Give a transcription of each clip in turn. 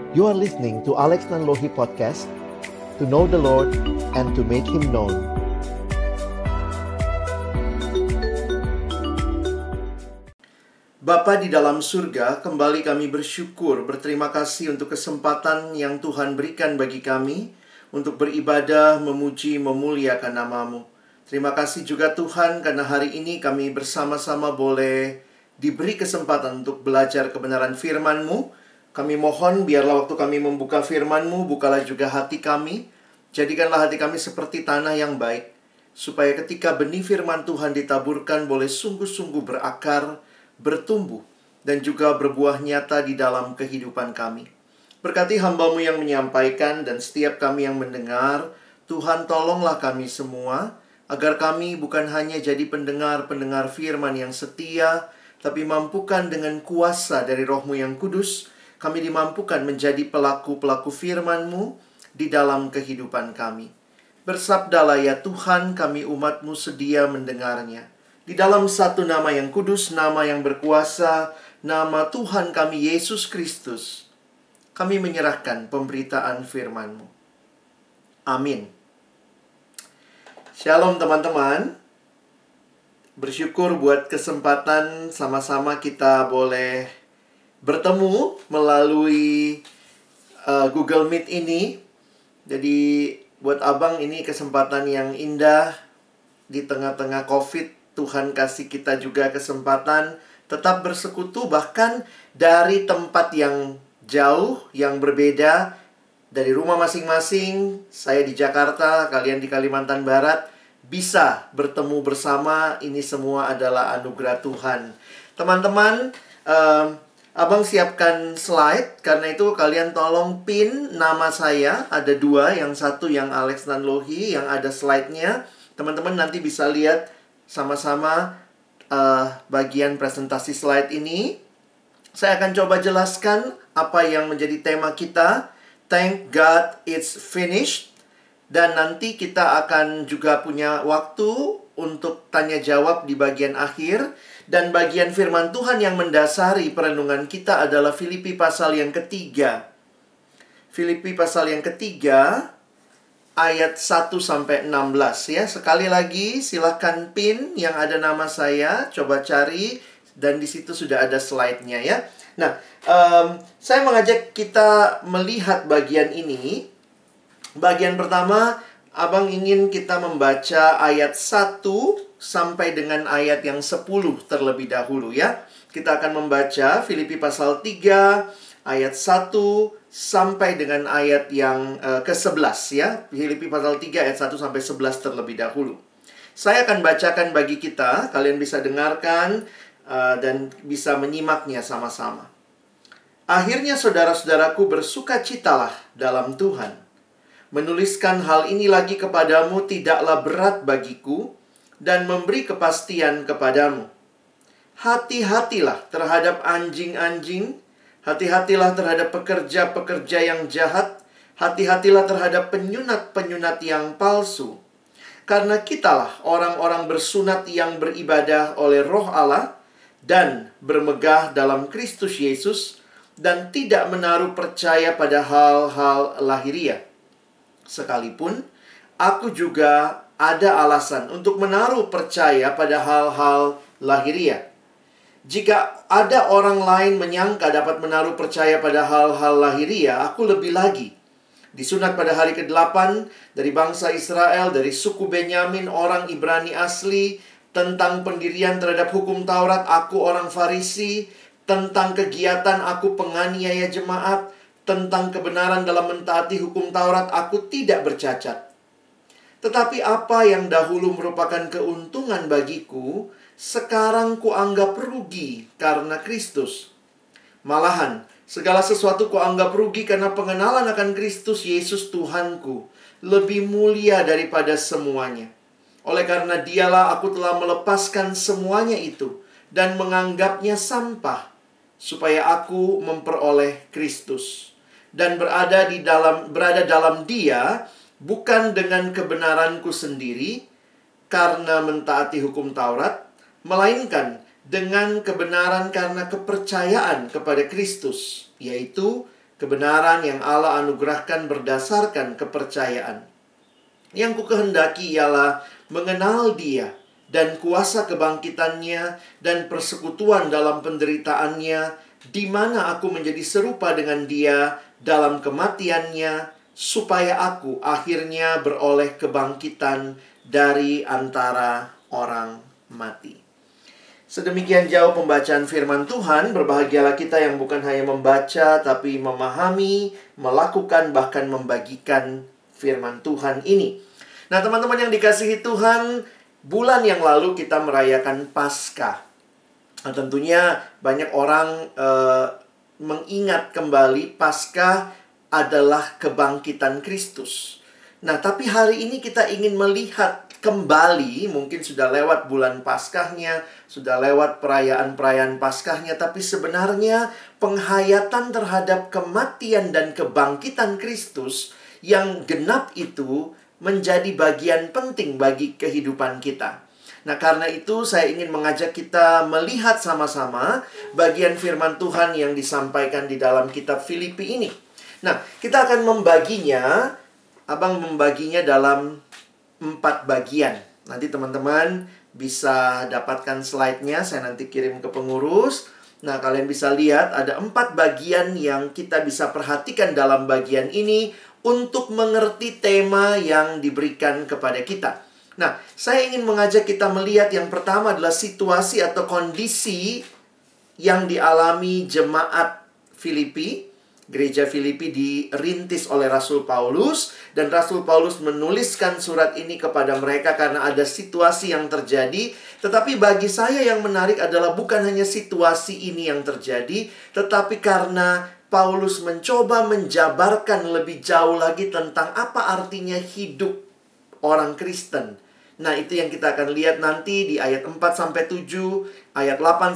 You are listening to Alex Nanlohi Podcast, to know the Lord and to make Him known. Bapa di dalam surga, kembali kami bersyukur, berterima kasih untuk kesempatan yang Tuhan berikan bagi kami untuk beribadah, memuji, memuliakan nama-Mu. Terima kasih juga Tuhan karena hari ini kami bersama-sama boleh diberi kesempatan untuk belajar kebenaran firman-Mu. Kami mohon biarlah waktu kami membuka firman-Mu, bukalah juga hati kami. Jadikanlah hati kami seperti tanah yang baik, supaya ketika benih firman Tuhan ditaburkan boleh sungguh-sungguh berakar, bertumbuh, dan juga berbuah nyata di dalam kehidupan kami. Berkati hamba-Mu yang menyampaikan dan setiap kami yang mendengar. Tuhan, tolonglah kami semua, agar kami bukan hanya jadi pendengar-pendengar firman yang setia, tapi mampukan dengan kuasa dari Roh-Mu yang kudus, kami dimampukan menjadi pelaku-pelaku firman-Mu di dalam kehidupan kami. Bersabdalah ya Tuhan, kami umat-Mu sedia mendengarnya. Di dalam satu nama yang kudus, nama yang berkuasa, nama Tuhan kami Yesus Kristus, kami menyerahkan pemberitaan firman-Mu. Amin. Shalom teman-teman. Bersyukur buat kesempatan sama-sama kita boleh bertemu melalui Google Meet ini. Jadi buat abang ini kesempatan yang indah di tengah-tengah COVID. Tuhan kasih kita juga kesempatan tetap bersekutu bahkan dari tempat yang jauh, yang berbeda. Dari rumah masing-masing, saya di Jakarta, kalian di Kalimantan Barat, bisa bertemu bersama. Ini semua adalah anugerah Tuhan. Teman-teman, abang siapkan slide. Karena itu kalian tolong pin nama saya. Ada dua, yang satu yang Alex Nanlohi, yang ada slide-nya. Teman-teman nanti bisa lihat sama-sama bagian presentasi slide ini. Saya akan coba jelaskan apa yang menjadi tema kita. Thank God it's finished. Dan nanti kita akan juga punya waktu untuk tanya jawab di bagian akhir. Dan bagian firman Tuhan yang mendasari perenungan kita adalah Filipi pasal yang ketiga. Filipi pasal yang ketiga, ayat 1-16 ya. Sekali lagi silahkan pin yang ada nama saya. Coba cari. Dan di situ sudah ada slide-nya ya. Nah, saya mengajak kita melihat bagian ini. Bagian pertama, abang ingin kita membaca ayat 1 sampai dengan ayat yang 10 terlebih dahulu ya. Kita akan membaca Filipi pasal 3, ayat 1 sampai dengan ayat yang ke-11 ya. Filipi pasal 3 ayat 1 sampai 11 terlebih dahulu. Saya akan bacakan bagi kita, kalian bisa dengarkan dan bisa menyimaknya sama-sama. Akhirnya saudara-saudaraku, bersukacitalah dalam Tuhan. Menuliskan hal ini lagi kepadamu tidaklah berat bagiku dan memberi kepastian kepadamu. Hati-hatilah terhadap anjing-anjing, hati-hatilah terhadap pekerja-pekerja yang jahat, hati-hatilah terhadap penyunat-penyunat yang palsu. Karena kitalah orang-orang bersunat yang beribadah oleh Roh Allah dan bermegah dalam Kristus Yesus dan tidak menaruh percaya pada hal-hal lahiriah. Sekalipun aku juga ada alasan untuk menaruh percaya pada hal-hal lahiriah. Jika ada orang lain menyangka dapat menaruh percaya pada hal-hal lahiriah, aku lebih lagi. Disunat pada hari ke-8 dari bangsa Israel, dari suku Benyamin, orang Ibrani asli. Tentang pendirian terhadap hukum Taurat, aku orang Farisi. Tentang kegiatan, aku penganiaya jemaat. Tentang kebenaran dalam mentaati hukum Taurat, aku tidak bercacat. Tetapi apa yang dahulu merupakan keuntungan bagiku, sekarang kuanggap rugi karena Kristus. Malahan, segala sesuatu kuanggap rugi karena pengenalan akan Kristus Yesus Tuhanku lebih mulia daripada semuanya. Oleh karena dialah aku telah melepaskan semuanya itu dan menganggapnya sampah, supaya aku memperoleh Kristus dan berada dalam Dia, bukan dengan kebenaranku sendiri karena mentaati hukum Taurat, melainkan dengan kebenaran karena kepercayaan kepada Kristus, yaitu Kebenaran yang Allah anugerahkan berdasarkan kepercayaan. Yang kukehendaki ialah mengenal Dia dan kuasa kebangkitannya dan persekutuan dalam penderitaannya, di mana aku menjadi serupa dengan Dia dalam kematiannya, supaya aku akhirnya beroleh kebangkitan dari antara orang mati. Sedemikian jauh pembacaan firman Tuhan. Berbahagialah kita yang bukan hanya membaca, tapi memahami, melakukan, bahkan membagikan firman Tuhan ini. Nah, teman-teman yang dikasihi Tuhan, bulan yang lalu kita merayakan Paskah. Nah, tentunya banyak orang mengingat kembali Paskah adalah kebangkitan Kristus. Nah, tapi hari ini kita ingin melihat kembali, mungkin sudah lewat bulan Paskahnya, sudah lewat perayaan-perayaan Paskahnya, tapi sebenarnya penghayatan terhadap kematian dan kebangkitan Kristus yang genap itu menjadi bagian penting bagi kehidupan kita. Nah, karena itu saya ingin mengajak kita melihat sama-sama bagian firman Tuhan yang disampaikan di dalam kitab Filipi ini. Nah, kita akan membaginya, Abang membaginya dalam 4 bagian. Nanti teman-teman bisa dapatkan slide-nya, saya nanti kirim ke pengurus. Nah, kalian bisa lihat ada 4 bagian yang kita bisa perhatikan dalam bagian ini untuk mengerti tema yang diberikan kepada kita. Nah, saya ingin mengajak kita melihat yang pertama adalah situasi atau kondisi yang dialami jemaat Filipi. Gereja Filipi dirintis oleh Rasul Paulus, dan Rasul Paulus menuliskan surat ini kepada mereka karena ada situasi yang terjadi. Tetapi bagi saya yang menarik adalah bukan hanya situasi ini yang terjadi, tetapi karena Paulus mencoba menjabarkan lebih jauh lagi tentang apa artinya hidup orang Kristen. Nah, itu yang kita akan lihat nanti di ayat 4-7, ayat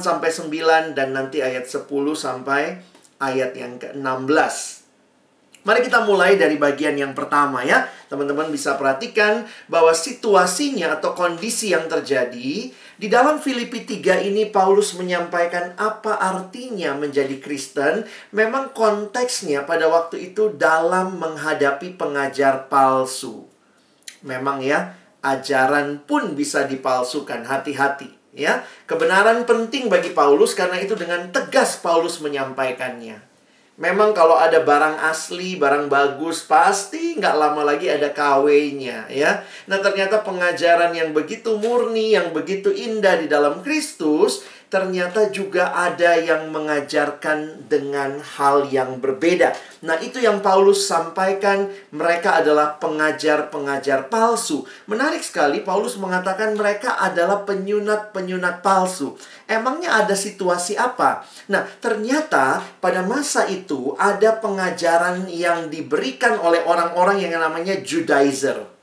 8-9, dan nanti ayat 10 sampai ayat yang ke-16. Mari kita mulai dari bagian yang pertama ya. Teman-teman bisa perhatikan bahwa situasinya atau kondisi yang terjadi di dalam Filipi 3 ini, Paulus menyampaikan apa artinya menjadi Kristen. Memang konteksnya pada waktu itu dalam menghadapi pengajar palsu. Memang ya, ajaran pun bisa dipalsukan, hati-hati ya. Kebenaran penting bagi Paulus, karena itu dengan tegas Paulus menyampaikannya. Memang kalau ada barang asli, barang bagus, pasti nggak lama lagi ada KW-nya ya. Nah, ternyata pengajaran yang begitu murni, yang begitu indah di dalam Kristus, ternyata juga ada yang mengajarkan dengan hal yang berbeda. Nah, itu yang Paulus sampaikan, mereka adalah pengajar-pengajar palsu. Menarik sekali, Paulus mengatakan mereka adalah penyunat-penyunat palsu. Emangnya ada situasi apa? Nah, ternyata pada masa itu ada pengajaran yang diberikan oleh orang-orang yang namanya Judaizer.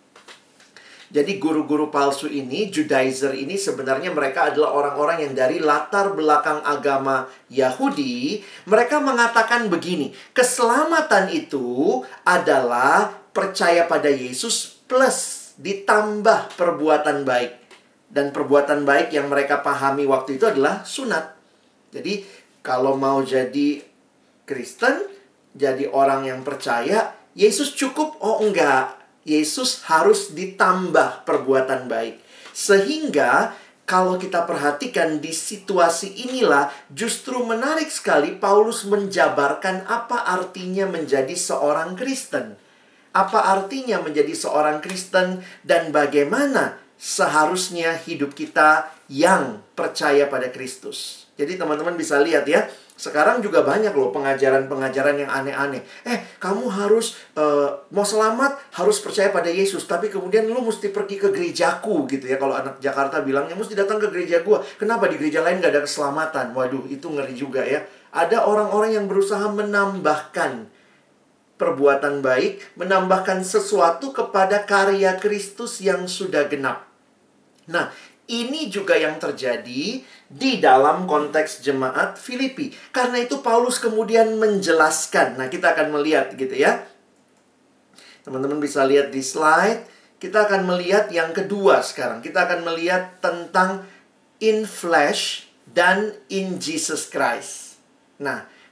Jadi guru-guru palsu ini, Judaizer ini, sebenarnya mereka adalah orang-orang yang dari latar belakang agama Yahudi. Mereka mengatakan begini, keselamatan itu adalah percaya pada Yesus plus ditambah perbuatan baik. Dan perbuatan baik yang mereka pahami waktu itu adalah sunat. Jadi kalau mau jadi Kristen, jadi orang yang percaya, Yesus cukup? Oh enggak. Yesus harus ditambah perbuatan baik. Sehingga kalau kita perhatikan di situasi inilah justru menarik sekali Paulus menjabarkan apa artinya menjadi seorang Kristen. Apa artinya menjadi seorang Kristen dan bagaimana seharusnya hidup kita yang percaya pada Kristus. Jadi teman-teman bisa lihat ya, sekarang juga banyak loh pengajaran-pengajaran yang aneh-aneh. Kamu harus, mau selamat, harus percaya pada Yesus. Tapi kemudian lu mesti pergi ke gerejaku gitu ya. Kalau anak Jakarta bilangnya, mesti datang ke gereja gua. Kenapa di gereja lain gak ada keselamatan? Waduh, itu ngeri juga ya. Ada orang-orang yang berusaha menambahkan perbuatan baik, menambahkan sesuatu kepada karya Kristus yang sudah genap. Nah, ini juga yang terjadi di dalam konteks jemaat Filipi. Karena itu Paulus kemudian menjelaskan. Nah, kita akan melihat gitu ya. Teman-teman bisa lihat di slide. Kita akan melihat yang kedua sekarang. Kita akan melihat tentang in flesh dan in Jesus Christ. Nah,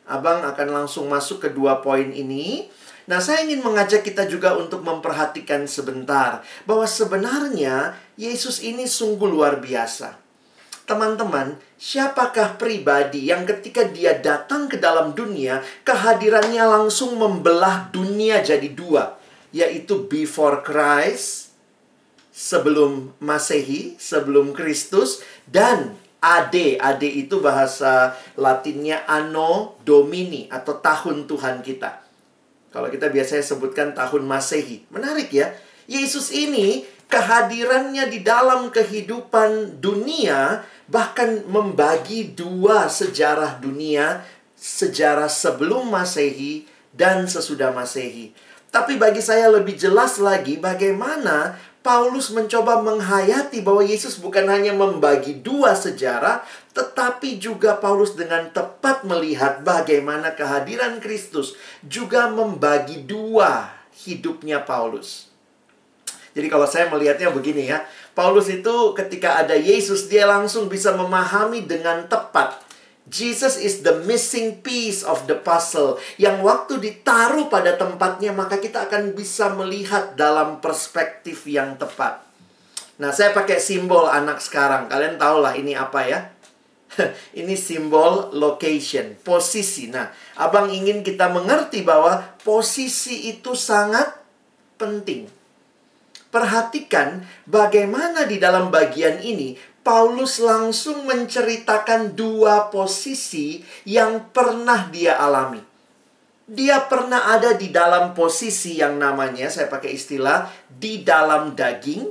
Abang akan langsung masuk ke 2 poin ini. Nah, saya ingin mengajak kita juga untuk memperhatikan sebentar bahwa sebenarnya Yesus ini sungguh luar biasa. Teman-teman, siapakah pribadi yang ketika dia datang ke dalam dunia, kehadirannya langsung membelah dunia jadi 2, yaitu before Christ, sebelum Masehi, sebelum Kristus, dan AD itu bahasa Latinnya Anno Domini atau tahun Tuhan kita. Kalau kita biasanya sebutkan tahun Masehi. Menarik ya. Yesus ini kehadirannya di dalam kehidupan dunia bahkan membagi 2 sejarah dunia, sejarah sebelum Masehi dan sesudah Masehi. Tapi bagi saya lebih jelas lagi bagaimana Paulus mencoba menghayati bahwa Yesus bukan hanya membagi 2 sejarah, tetapi juga Paulus dengan tepat melihat bagaimana kehadiran Kristus juga membagi 2 hidupnya Paulus. Jadi kalau saya melihatnya begini ya, Paulus itu ketika ada Yesus, dia langsung bisa memahami dengan tepat. Jesus is the missing piece of the puzzle. Yang waktu ditaruh pada tempatnya, maka kita akan bisa melihat dalam perspektif yang tepat. Nah, saya pakai simbol anak sekarang. Kalian tahu lah ini apa ya? Ini simbol location, posisi. Nah, abang ingin kita mengerti bahwa posisi itu sangat penting. Perhatikan bagaimana di dalam bagian ini Paulus langsung menceritakan 2 posisi yang pernah dia alami. Dia pernah ada di dalam posisi yang namanya, saya pakai istilah, di dalam daging.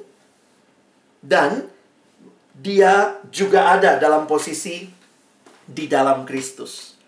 Dan dia juga ada dalam posisi di dalam Kristus.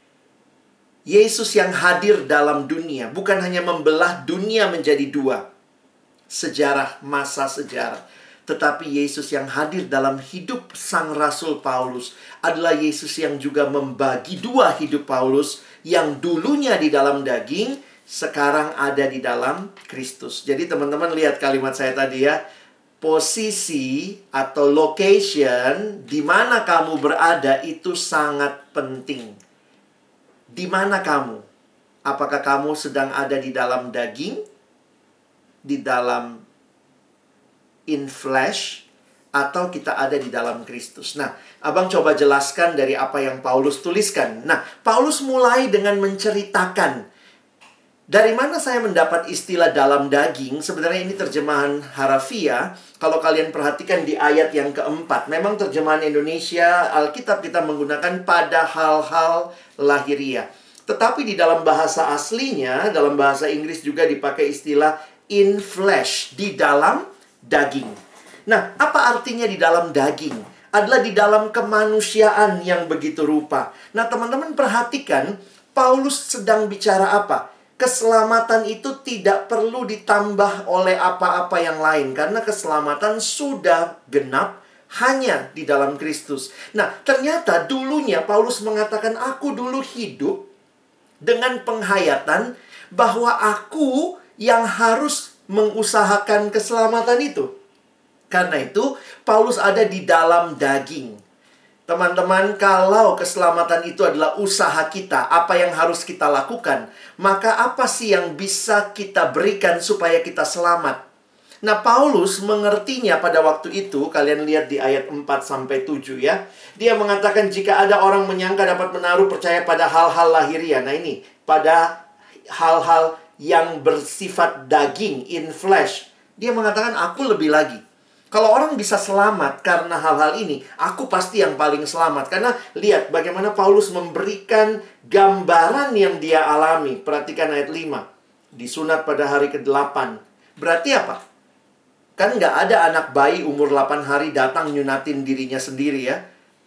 Yesus yang hadir dalam dunia bukan hanya membelah dunia menjadi 2. Sejarah, masa sejarah. Tetapi Yesus yang hadir dalam hidup sang Rasul Paulus adalah Yesus yang juga membagi 2 hidup Paulus, yang dulunya di dalam daging, sekarang ada di dalam Kristus. Jadi teman-teman lihat kalimat saya tadi ya. Posisi atau location di mana kamu berada itu sangat penting. Di mana kamu? Apakah kamu sedang ada di dalam daging? Di dalam in flesh, atau kita ada di dalam Kristus. Nah, abang coba jelaskan dari apa yang Paulus tuliskan. Nah, Paulus mulai dengan menceritakan dari mana saya mendapat istilah dalam daging. Sebenarnya ini terjemahan harafiah. Kalau kalian perhatikan di ayat yang keempat, memang terjemahan Indonesia Alkitab kita menggunakan pada hal-hal lahiriah. Tetapi di dalam bahasa aslinya, dalam bahasa Inggris juga dipakai istilah in flesh, di dalam daging. Nah, apa artinya di dalam daging? Adalah di dalam kemanusiaan yang begitu rupa. Nah, teman-teman perhatikan, Paulus sedang bicara apa? Keselamatan itu tidak perlu ditambah oleh apa-apa yang lain, karena keselamatan sudah genap hanya di dalam Kristus. Nah, ternyata dulunya Paulus mengatakan, aku dulu hidup dengan penghayatan bahwa aku yang harus mengusahakan keselamatan itu. Karena itu, Paulus ada di dalam daging. Teman-teman, kalau keselamatan itu adalah usaha kita, apa yang harus kita lakukan? Maka apa sih yang bisa kita berikan supaya kita selamat? Nah, Paulus mengertinya pada waktu itu. Kalian lihat di ayat 4-7 ya. Dia mengatakan jika ada orang menyangka dapat menaruh percaya pada hal-hal lahiriah. Nah ini, pada hal-hal yang bersifat daging, in flesh. Dia mengatakan, aku lebih lagi. Kalau orang bisa selamat karena hal-hal ini, aku pasti yang paling selamat. Karena lihat bagaimana Paulus memberikan gambaran yang dia alami. Perhatikan ayat 5. Disunat pada hari ke-8. Berarti apa? Kan nggak ada anak bayi umur 8 hari datang nyunatin dirinya sendiri ya.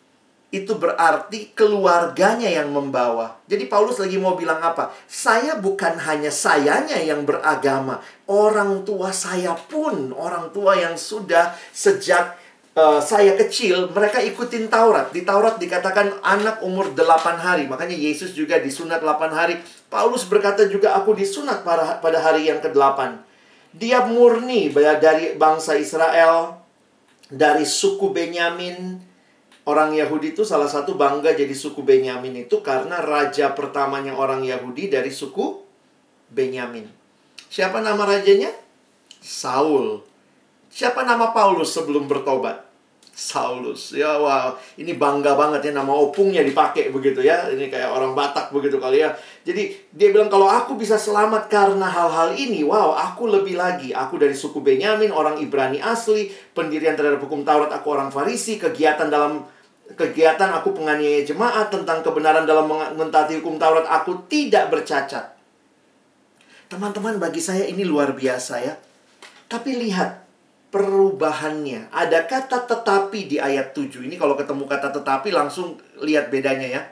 Itu berarti keluarganya yang membawa. Jadi Paulus lagi mau bilang apa? Saya bukan hanya sayanya yang beragama. Orang tua saya pun, orang tua yang sudah sejak saya kecil, mereka ikutin Taurat. Di Taurat dikatakan anak umur 8 hari. Makanya Yesus juga disunat 8 hari. Paulus berkata juga, aku disunat pada hari yang ke-8. Dia murni dari bangsa Israel, dari suku Benyamin. Orang Yahudi itu salah satu bangga jadi suku Benyamin itu karena raja pertamanya orang Yahudi dari suku Benyamin. Siapa nama rajanya? Saul. Siapa nama Paulus sebelum bertobat? Saulus. Ya wow, ini bangga banget ya, nama opungnya dipakai begitu ya. Ini kayak orang Batak begitu kali ya. Jadi dia bilang kalau aku bisa selamat karena hal-hal ini, wow, aku lebih lagi. Aku dari suku Benyamin, orang Ibrani asli, pendirian terhadap hukum Taurat aku orang Farisi, kegiatan aku penganiaya jemaat, tentang kebenaran dalam mentaati hukum Taurat aku tidak bercacat. Teman-teman, bagi saya ini luar biasa ya. Tapi lihat perubahannya. Ada kata tetapi di ayat 7. Ini kalau ketemu kata tetapi langsung lihat bedanya ya.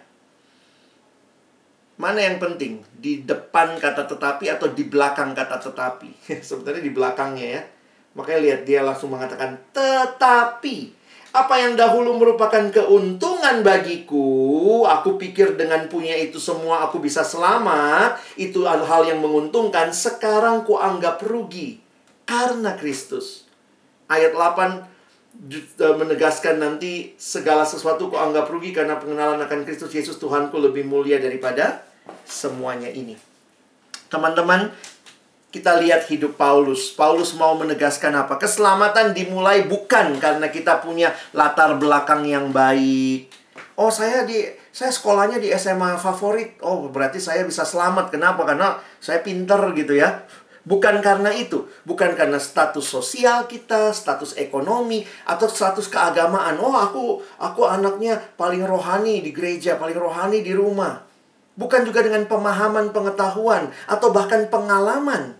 Mana yang penting? Di depan kata tetapi atau di belakang kata tetapi? Sebenarnya di belakangnya ya. Makanya lihat dia langsung mengatakan tetapi. Apa yang dahulu merupakan keuntungan bagiku, aku pikir dengan punya itu semua aku bisa selamat. Itu hal yang menguntungkan. Sekarang kuanggap rugi karena Kristus. Ayat 8 menegaskan nanti segala sesuatu kuanggap rugi karena pengenalan akan Kristus Yesus Tuhanku lebih mulia daripada semuanya ini. Teman-teman, kita lihat hidup Paulus. Paulus mau menegaskan apa? Keselamatan dimulai bukan karena kita punya latar belakang yang baik. Oh, saya sekolahnya di SMA favorit. Oh, berarti saya bisa selamat. Kenapa? Karena saya pinter gitu ya. Bukan karena itu. Bukan karena status sosial kita, status ekonomi, atau status keagamaan. Oh, aku anaknya paling rohani di gereja, paling rohani di rumah. Bukan juga dengan pemahaman, pengetahuan, atau bahkan pengalaman.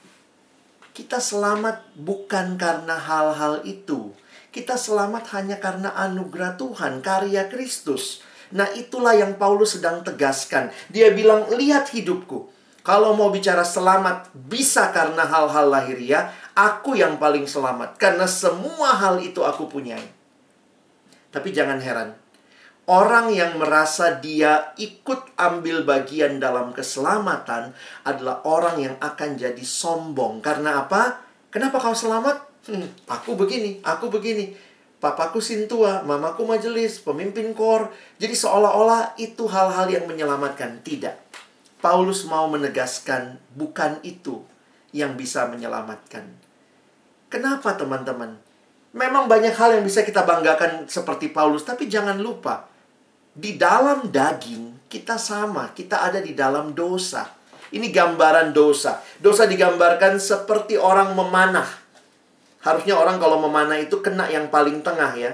Kita selamat bukan karena hal-hal itu. Kita selamat hanya karena anugerah Tuhan, karya Kristus. Nah, itulah yang Paulus sedang tegaskan. Dia bilang, lihat hidupku. Kalau mau bicara selamat, bisa karena hal-hal lahiriah, aku yang paling selamat. Karena semua hal itu aku punyai. Tapi jangan heran. Orang yang merasa dia ikut ambil bagian dalam keselamatan adalah orang yang akan jadi sombong. Karena apa? Kenapa kau selamat? Aku begini, aku begini. Papaku sintua, mamaku majelis, pemimpin kor. Jadi seolah-olah itu hal-hal yang menyelamatkan. Tidak. Paulus mau menegaskan bukan itu yang bisa menyelamatkan. Kenapa teman-teman? Memang banyak hal yang bisa kita banggakan seperti Paulus. Tapi jangan lupa, di dalam daging kita sama. Kita ada di dalam dosa. Ini gambaran dosa. Dosa digambarkan seperti orang memanah. Harusnya orang kalau memanah itu kena yang paling tengah ya.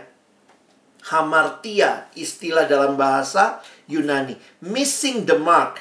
Hamartia, istilah dalam bahasa Yunani. Missing the mark.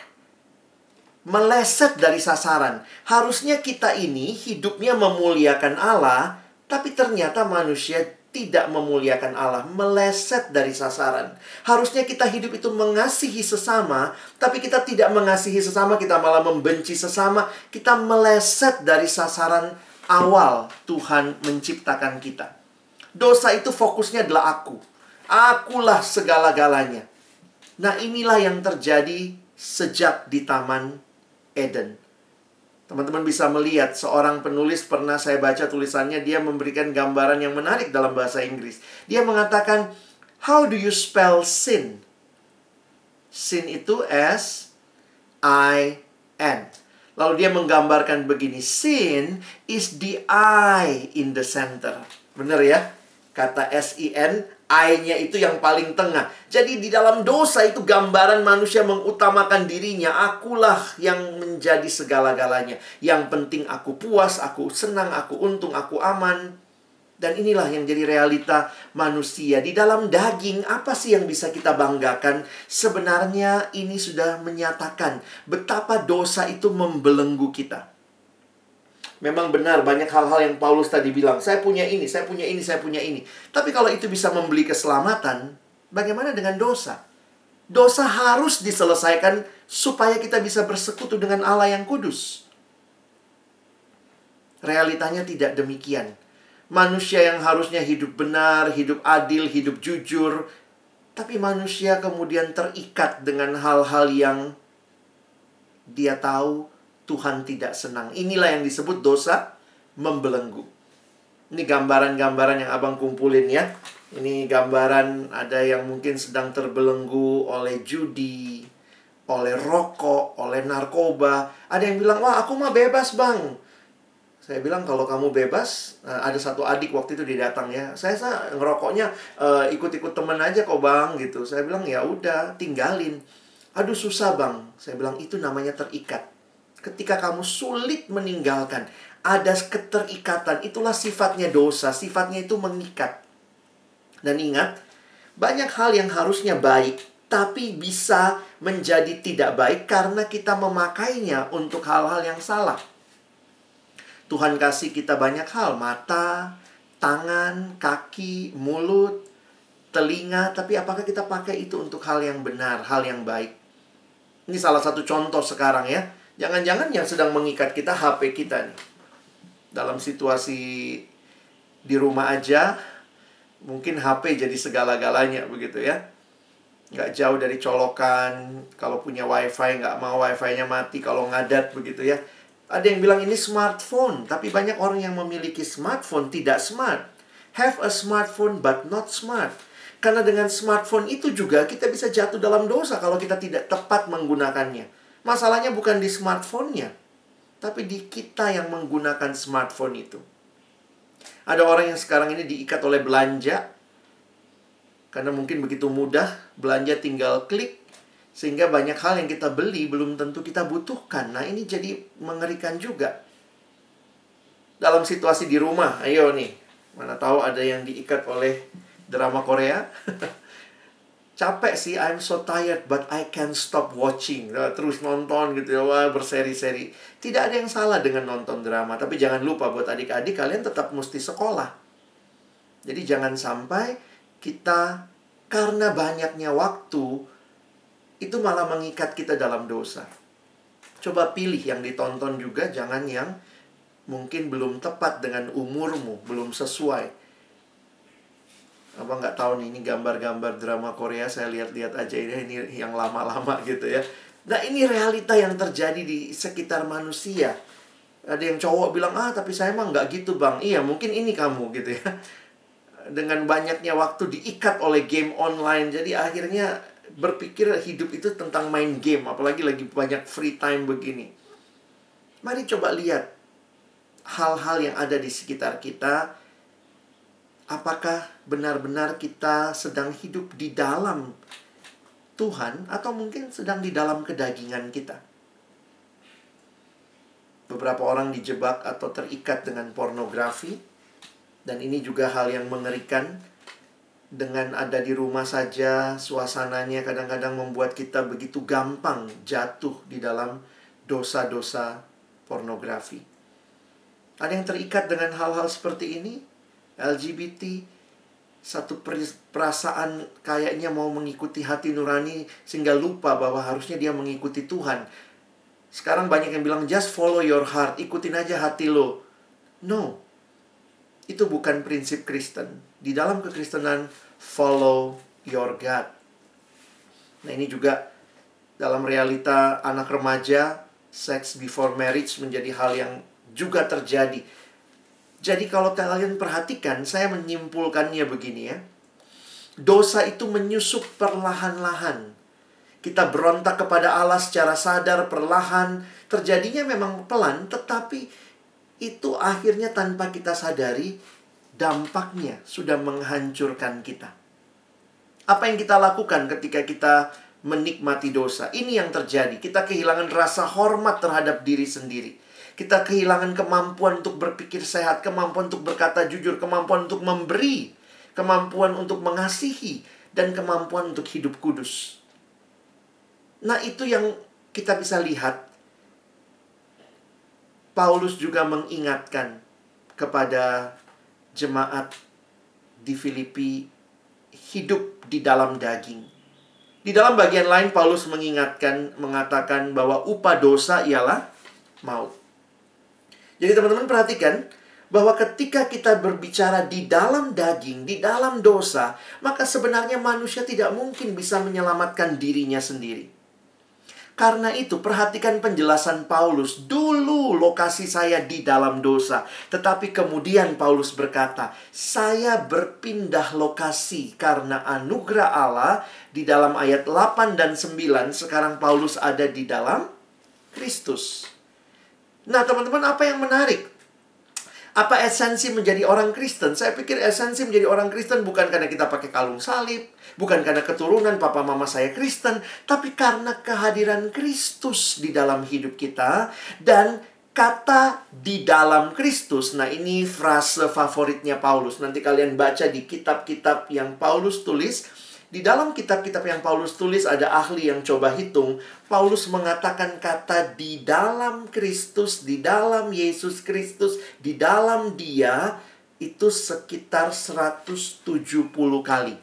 Meleset dari sasaran. Harusnya kita ini hidupnya memuliakan Allah, tapi ternyata manusia tidak memuliakan Allah, meleset dari sasaran. Harusnya kita hidup itu mengasihi sesama, tapi kita tidak mengasihi sesama, kita malah membenci sesama. Kita meleset dari sasaran awal Tuhan menciptakan kita. Dosa itu fokusnya adalah aku. Akulah segala-galanya. Nah, inilah yang terjadi sejak di Taman Eden. Teman-teman bisa melihat seorang penulis, pernah saya baca tulisannya, dia memberikan gambaran yang menarik dalam bahasa Inggris. Dia mengatakan, how do you spell sin? Sin itu S-I-N. Lalu dia menggambarkan begini, sin is the I in the center. Benar ya? Kata S-I-N, I-nya itu yang paling tengah. Jadi di dalam dosa itu gambaran manusia mengutamakan dirinya. Akulah yang menjadi segala-galanya. Yang penting aku puas, aku senang, aku untung, aku aman. Dan inilah yang jadi realita manusia. Di dalam daging, apa sih yang bisa kita banggakan? Sebenarnya ini sudah menyatakan betapa dosa itu membelenggu kita. Memang benar, banyak hal-hal yang Paulus tadi bilang. Saya punya ini, saya punya ini, saya punya ini. Tapi kalau itu bisa membeli keselamatan, bagaimana dengan dosa? Dosa harus diselesaikan supaya kita bisa bersekutu dengan Allah yang kudus. Realitanya tidak demikian. Manusia yang harusnya hidup benar, hidup adil, hidup jujur. Tapi manusia kemudian terikat dengan hal-hal yang dia tahu Tuhan tidak senang. Inilah yang disebut dosa membelenggu. Ini gambaran-gambaran yang abang kumpulin ya. Ini gambaran ada yang mungkin sedang terbelenggu oleh judi, oleh rokok, oleh narkoba. Ada yang bilang, wah aku mah bebas bang. Saya bilang kalau kamu bebas, ada satu adik waktu itu dia datang ya. Saya ngerokoknya ikut-ikut temen aja kok bang gitu. Saya bilang ya udah tinggalin. Aduh susah bang. Saya bilang itu namanya terikat. Ketika kamu sulit meninggalkan, ada keterikatan. Itulah sifatnya dosa. Sifatnya itu mengikat. Dan ingat, banyak hal yang harusnya baik, tapi bisa menjadi tidak baik karena kita memakainya untuk hal-hal yang salah. Tuhan kasih kita banyak hal, mata, tangan, kaki, mulut, telinga, tapi apakah kita pakai itu untuk hal yang benar, hal yang baik? Ini salah satu contoh sekarang ya. Jangan-jangan yang sedang mengikat kita HP kita nih. Dalam situasi di rumah aja, mungkin HP jadi segala-galanya begitu ya. Nggak jauh dari colokan, kalau punya wifi nggak mau wifi-nya mati, kalau ngadat begitu ya. Ada yang bilang ini smartphone, tapi banyak orang yang memiliki smartphone tidak smart. Have a smartphone but not smart. Karena dengan smartphone itu juga kita bisa jatuh dalam dosa kalau kita tidak tepat menggunakannya. Masalahnya bukan di smartphone-nya, tapi di kita yang menggunakan smartphone itu. Ada orang yang sekarang ini diikat oleh belanja, karena mungkin begitu mudah, belanja tinggal klik, sehingga banyak hal yang kita beli belum tentu kita butuhkan. Nah ini jadi mengerikan juga. Dalam situasi di rumah, ayo nih, mana tahu ada yang diikat oleh drama Korea. Capek sih, I'm so tired but I can't stop watching. Terus nonton gitu ya, wah berseri-seri. Tidak ada yang salah dengan nonton drama, tapi jangan lupa buat adik-adik kalian tetap mesti sekolah. Jadi jangan sampai kita karena banyaknya waktu itu malah mengikat kita dalam dosa. Coba pilih yang ditonton juga, jangan yang mungkin belum tepat dengan umurmu, belum sesuai. Abang nggak tahu nih, ini gambar-gambar drama Korea, saya lihat-lihat aja ini yang lama-lama gitu ya. Nah ini realita yang terjadi di sekitar manusia. Ada yang cowok bilang, tapi saya emang nggak gitu bang. Iya mungkin ini kamu gitu ya. Dengan banyaknya waktu diikat oleh game online, jadi akhirnya berpikir hidup itu tentang main game, apalagi lagi banyak free time begini. Mari coba lihat hal-hal yang ada di sekitar kita. Apakah benar-benar kita sedang hidup di dalam Tuhan, atau mungkin sedang di dalam kedagingan kita? Beberapa orang dijebak atau terikat dengan pornografi, dan ini juga hal yang mengerikan. Dengan ada di rumah saja, suasananya kadang-kadang membuat kita begitu gampang jatuh di dalam dosa-dosa pornografi. Ada yang terikat dengan hal-hal seperti ini. LGBT, satu perasaan kayaknya mau mengikuti hati nurani sehingga lupa bahwa harusnya dia mengikuti Tuhan. Sekarang banyak yang bilang just follow your heart, ikutin aja hati lo. No, itu bukan prinsip Kristen. Di dalam kekristenan, follow your God. Nah ini juga dalam realita anak remaja, sex before marriage menjadi hal yang juga terjadi. Jadi kalau kalian perhatikan, saya menyimpulkannya begini ya. Dosa itu menyusup perlahan-lahan. Kita berontak kepada Allah secara sadar, perlahan. Terjadinya memang pelan, tetapi itu akhirnya tanpa kita sadari, dampaknya sudah menghancurkan kita. Apa yang kita lakukan ketika kita menikmati dosa? Ini yang terjadi. Kita kehilangan rasa hormat terhadap diri sendiri. Kita kehilangan kemampuan untuk berpikir sehat, kemampuan untuk berkata jujur, kemampuan untuk memberi, kemampuan untuk mengasihi, dan kemampuan untuk hidup kudus. Nah, itu yang kita bisa lihat. Paulus juga mengingatkan kepada jemaat di Filipi, hidup di dalam daging. Di dalam bagian lain Paulus mengatakan bahwa upah dosa ialah maut. Jadi teman-teman perhatikan bahwa ketika kita berbicara di dalam daging, di dalam dosa, maka sebenarnya manusia tidak mungkin bisa menyelamatkan dirinya sendiri. Karena itu, perhatikan penjelasan Paulus. Dulu lokasi saya di dalam dosa. Tetapi kemudian Paulus berkata, saya berpindah lokasi karena anugerah Allah. Di dalam ayat 8 dan 9, sekarang Paulus ada di dalam Kristus. Nah, teman-teman, apa yang menarik? Apa esensi menjadi orang Kristen? Saya pikir esensi menjadi orang Kristen bukan karena kita pakai kalung salib, bukan karena keturunan papa mama saya Kristen, tapi karena kehadiran Kristus di dalam hidup kita. Dan kata di dalam Kristus, nah ini frase favoritnya Paulus. Nanti kalian baca di kitab-kitab yang Paulus tulis. Di dalam kitab-kitab yang Paulus tulis, ada ahli yang coba hitung. Paulus mengatakan kata di dalam Kristus, di dalam Yesus Kristus, di dalam Dia, itu sekitar 170 kali.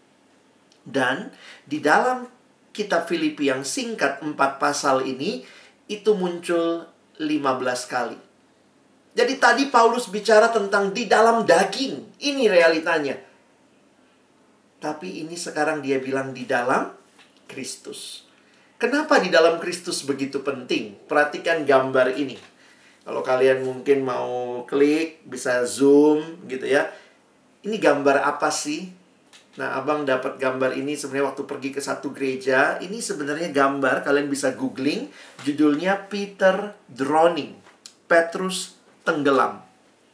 Dan di dalam kitab Filipi yang singkat 4 pasal ini, itu muncul 15 kali. Jadi tadi Paulus bicara tentang di dalam daging. Ini realitanya. Tapi ini sekarang dia bilang di dalam Kristus. Kenapa di dalam Kristus begitu penting? Perhatikan gambar ini. Kalau kalian mungkin mau klik, bisa zoom gitu ya. Ini gambar apa sih? Nah, abang dapat gambar ini sebenarnya waktu pergi ke satu gereja. Ini sebenarnya gambar, kalian bisa googling. Judulnya Peter Drowning. Petrus tenggelam.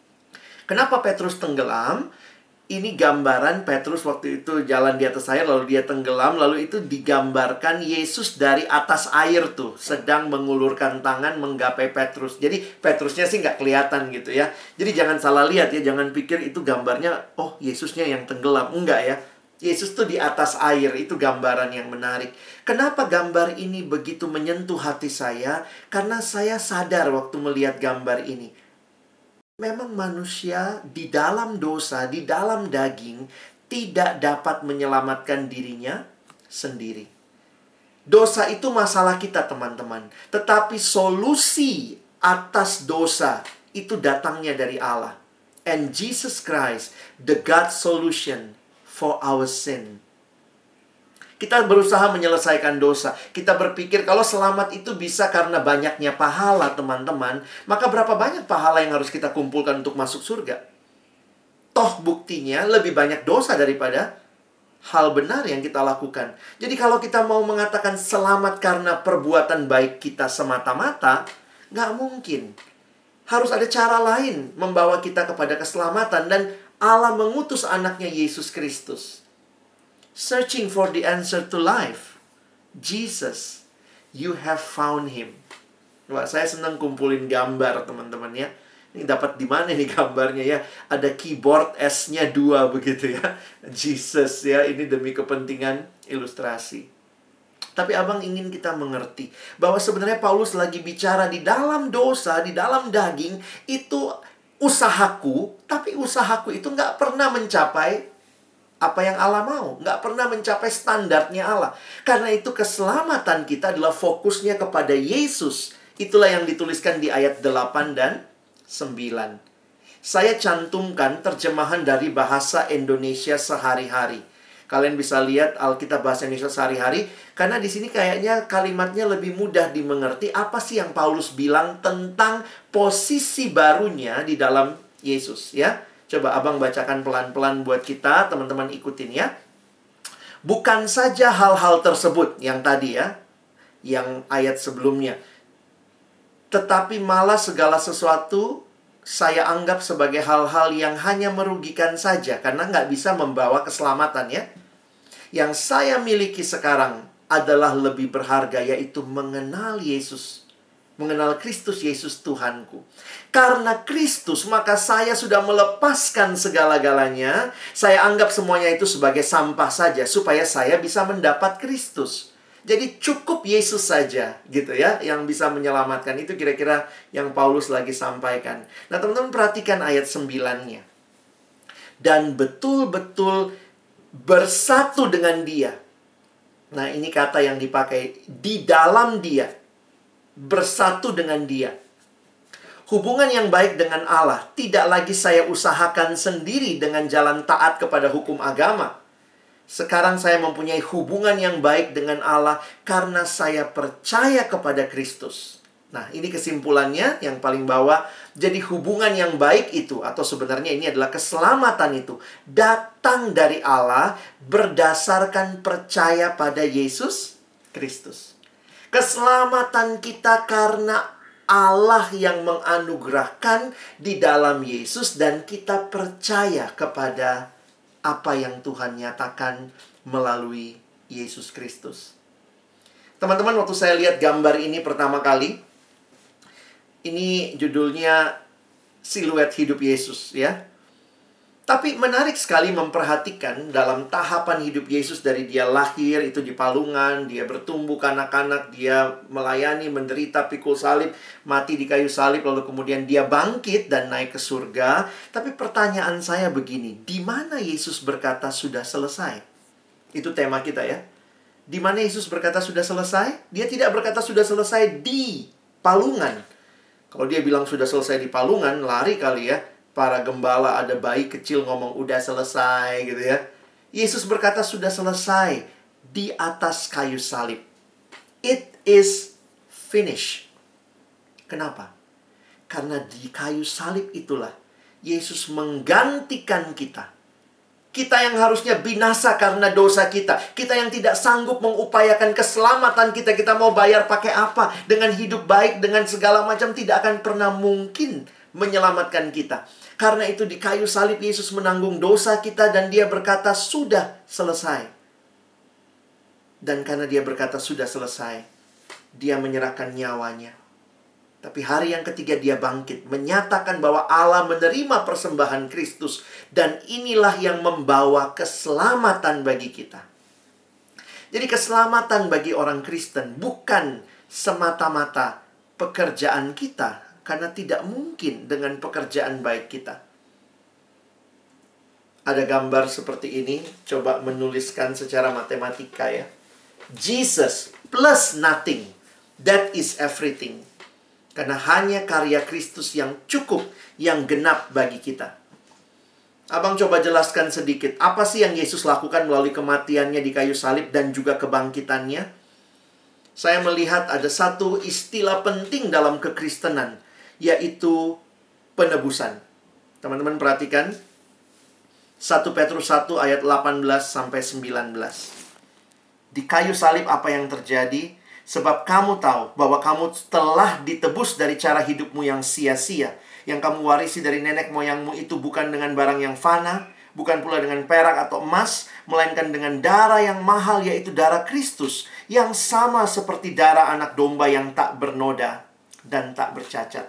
Kenapa Petrus tenggelam? Ini gambaran Petrus waktu itu jalan di atas air, lalu dia tenggelam. Lalu itu digambarkan Yesus dari atas air tuh, sedang mengulurkan tangan menggapai Petrus. Jadi Petrusnya sih nggak kelihatan gitu ya. Jadi jangan salah lihat ya, jangan pikir itu gambarnya, oh Yesusnya yang tenggelam. Enggak ya. Yesus tuh di atas air, itu gambaran yang menarik. Kenapa gambar ini begitu menyentuh hati saya? Karena saya sadar waktu melihat gambar ini. Memang manusia di dalam dosa, di dalam daging, tidak dapat menyelamatkan dirinya sendiri. Dosa itu masalah kita, teman-teman. Tetapi solusi atas dosa itu datangnya dari Allah. And Jesus Christ, the God solution for our sin. Kita berusaha menyelesaikan dosa. Kita berpikir kalau selamat itu bisa karena banyaknya pahala, teman-teman. Maka berapa banyak pahala yang harus kita kumpulkan untuk masuk surga? Toh buktinya lebih banyak dosa daripada hal benar yang kita lakukan. Jadi kalau kita mau mengatakan selamat karena perbuatan baik kita semata-mata, nggak mungkin. Harus ada cara lain membawa kita kepada keselamatan. Dan Allah mengutus anaknya Yesus Kristus. Searching for the answer to life. Jesus, you have found him. Wah, saya senang kumpulin gambar, teman-teman ya. Ini dapat di mana nih gambarnya ya? Ada keyboard S-nya 2 begitu ya. Jesus ya, ini demi kepentingan ilustrasi. Tapi abang ingin kita mengerti bahwa sebenarnya Paulus lagi bicara di dalam dosa, di dalam daging, itu usahaku. Tapi usahaku itu nggak pernah mencapai apa yang Allah mau. Nggak pernah mencapai standarnya Allah. Karena itu keselamatan kita adalah fokusnya kepada Yesus. Itulah yang dituliskan di ayat 8 dan 9. Saya cantumkan terjemahan dari bahasa Indonesia sehari-hari. Kalian bisa lihat Alkitab bahasa Indonesia sehari-hari. Karena di sini kayaknya kalimatnya lebih mudah dimengerti. Apa sih yang Paulus bilang tentang posisi barunya di dalam Yesus ya. Coba abang bacakan pelan-pelan buat kita, teman-teman ikutin ya. Bukan saja hal-hal tersebut yang tadi ya, yang ayat sebelumnya. Tetapi malah segala sesuatu saya anggap sebagai hal-hal yang hanya merugikan saja. Karena nggak bisa membawa keselamatan ya. Yang saya miliki sekarang adalah lebih berharga, yaitu mengenal Yesus. Mengenal Kristus Yesus Tuhanku. Karena Kristus, maka saya sudah melepaskan segala-galanya. Saya anggap semuanya itu sebagai sampah saja, supaya saya bisa mendapat Kristus. Jadi cukup Yesus saja, gitu ya, yang bisa menyelamatkan. Itu kira-kira yang Paulus lagi sampaikan. Nah, teman-teman perhatikan ayat 9-nya. Dan betul-betul bersatu dengan Dia. Nah, ini kata yang dipakai, di dalam Dia. Bersatu dengan Dia. Hubungan yang baik dengan Allah tidak lagi saya usahakan sendiri dengan jalan taat kepada hukum agama. Sekarang saya mempunyai hubungan yang baik dengan Allah karena saya percaya kepada Kristus. Nah, ini kesimpulannya yang paling bawah. Jadi hubungan yang baik itu, atau sebenarnya ini adalah keselamatan itu, datang dari Allah berdasarkan percaya pada Yesus Kristus. Keselamatan kita karena Allah yang menganugerahkan di dalam Yesus, dan kita percaya kepada apa yang Tuhan nyatakan melalui Yesus Kristus. Teman-teman, waktu saya lihat gambar ini pertama kali, ini judulnya Siluet Hidup Yesus, ya. Tapi menarik sekali memperhatikan dalam tahapan hidup Yesus dari dia lahir itu di palungan, dia bertumbuh kanak-kanak, dia melayani, menderita, pikul salib, mati di kayu salib, lalu kemudian dia bangkit dan naik ke surga. Tapi pertanyaan saya begini, di mana Yesus berkata sudah selesai? Itu tema kita, ya. Di mana Yesus berkata sudah selesai? Dia tidak berkata sudah selesai di palungan. Kalau dia bilang sudah selesai di palungan, lari kali ya. Para gembala, ada bayi kecil ngomong udah selesai gitu ya. Yesus berkata sudah selesai di atas kayu salib. It is finished. Kenapa? Karena di kayu salib itulah Yesus menggantikan kita. Kita yang harusnya binasa karena dosa kita. Kita yang tidak sanggup mengupayakan keselamatan kita. Kita mau bayar pakai apa? Dengan hidup baik, dengan segala macam, tidak akan pernah mungkin menyelamatkan kita. Karena itu di kayu salib Yesus menanggung dosa kita dan dia berkata sudah selesai. Dan karena dia berkata sudah selesai, dia menyerahkan nyawanya. Tapi hari yang ketiga dia bangkit, menyatakan bahwa Allah menerima persembahan Kristus, dan inilah yang membawa keselamatan bagi kita. Jadi keselamatan bagi orang Kristen bukan semata-mata pekerjaan kita, karena tidak mungkin dengan pekerjaan baik kita. Ada gambar seperti ini, coba menuliskan secara matematika ya. Jesus plus nothing, that is everything. Karena hanya karya Kristus yang cukup, yang genap bagi kita. Abang coba jelaskan sedikit, apa sih yang Yesus lakukan melalui kematiannya di kayu salib dan juga kebangkitannya? Saya melihat ada satu istilah penting dalam kekristenan, yaitu penebusan. Teman-teman perhatikan 1 Petrus 1 ayat 18-19. Di kayu salib apa yang terjadi? Sebab kamu tahu bahwa kamu telah ditebus dari cara hidupmu yang sia-sia, yang kamu warisi dari nenek moyangmu itu bukan dengan barang yang fana, bukan pula dengan perak atau emas, melainkan dengan darah yang mahal, yaitu darah Kristus, yang sama seperti darah anak domba yang tak bernoda dan tak bercacat.